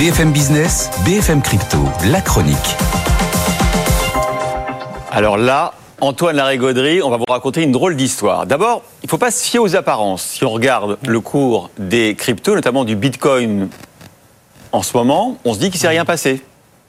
BFM Business, BFM Crypto, la chronique. Alors là, Antoine Larigauderie, on va vous raconter une drôle d'histoire. D'abord, il ne faut pas se fier aux apparences. Si on regarde le cours des cryptos, notamment du Bitcoin en ce moment, on se dit qu'il ne s'est rien passé.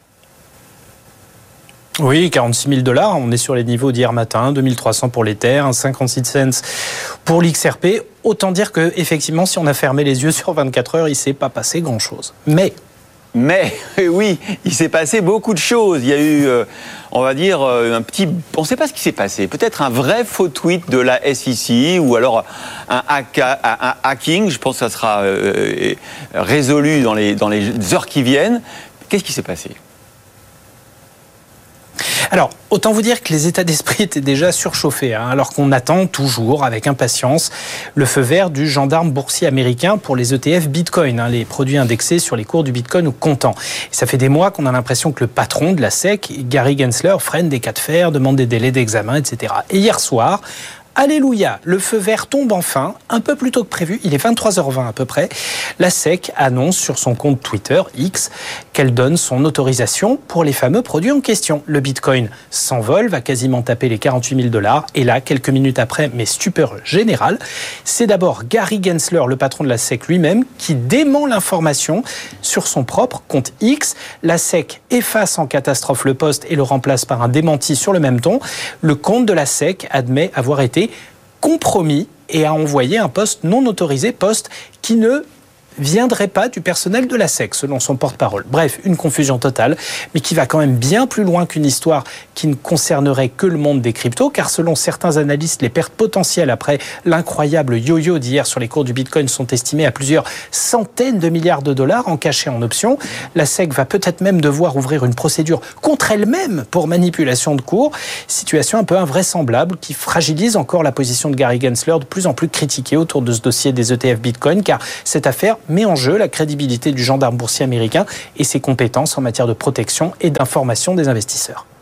Oui, 46 000 $, on est sur les niveaux d'hier matin, 2300 pour l'Ether, 56 cents pour l'XRP. Autant dire que, effectivement, si on a fermé les yeux sur 24 heures, il ne s'est pas passé grand-chose. Mais oui, il s'est passé beaucoup de choses. Il y a eu, on va dire, un petit... On ne sait pas ce qui s'est passé. Peut-être un vrai faux tweet de la SEC ou alors un hacking. Je pense que ça sera résolu dans les heures qui viennent. Qu'est-ce qui s'est passé ? Alors, autant vous dire que les états d'esprit étaient déjà surchauffés, alors qu'on attend toujours avec impatience le feu vert du gendarme boursier américain pour les ETF Bitcoin, les produits indexés sur les cours du Bitcoin au comptant. Et ça fait des mois qu'on a l'impression que le patron de la SEC, Gary Gensler, freine des cas de fer, demande des délais d'examen, etc. Et hier soir, alléluia, le feu vert tombe enfin, un peu plus tôt que prévu, il est 23h20 à peu près. La SEC annonce sur son compte Twitter, X, qu'elle donne son autorisation pour les fameux produits en question. Le Bitcoin s'envole, va quasiment taper les 48 000 $. Et là, quelques minutes après, mais stupeur générale, c'est d'abord Gary Gensler, le patron de la SEC lui-même, qui dément l'information sur son propre compte X. La SEC efface en catastrophe le post et le remplace par un démenti sur le même ton. Le compte de la SEC admet avoir été compromis et a envoyé un post non autorisé, post qui ne viendrait pas du personnel de la SEC, selon son porte-parole. Bref, une confusion totale, mais qui va quand même bien plus loin qu'une histoire qui ne concernerait que le monde des cryptos, car selon certains analystes, les pertes potentielles après l'incroyable yo-yo d'hier sur les cours du Bitcoin sont estimées à plusieurs centaines de milliards de dollars en cash et en options. La SEC va peut-être même devoir ouvrir une procédure contre elle-même pour manipulation de cours. Situation un peu invraisemblable qui fragilise encore la position de Gary Gensler, de plus en plus critiquée autour de ce dossier des ETF Bitcoin, car cette affaire met en jeu la crédibilité du gendarme boursier américain et ses compétences en matière de protection et d'information des investisseurs.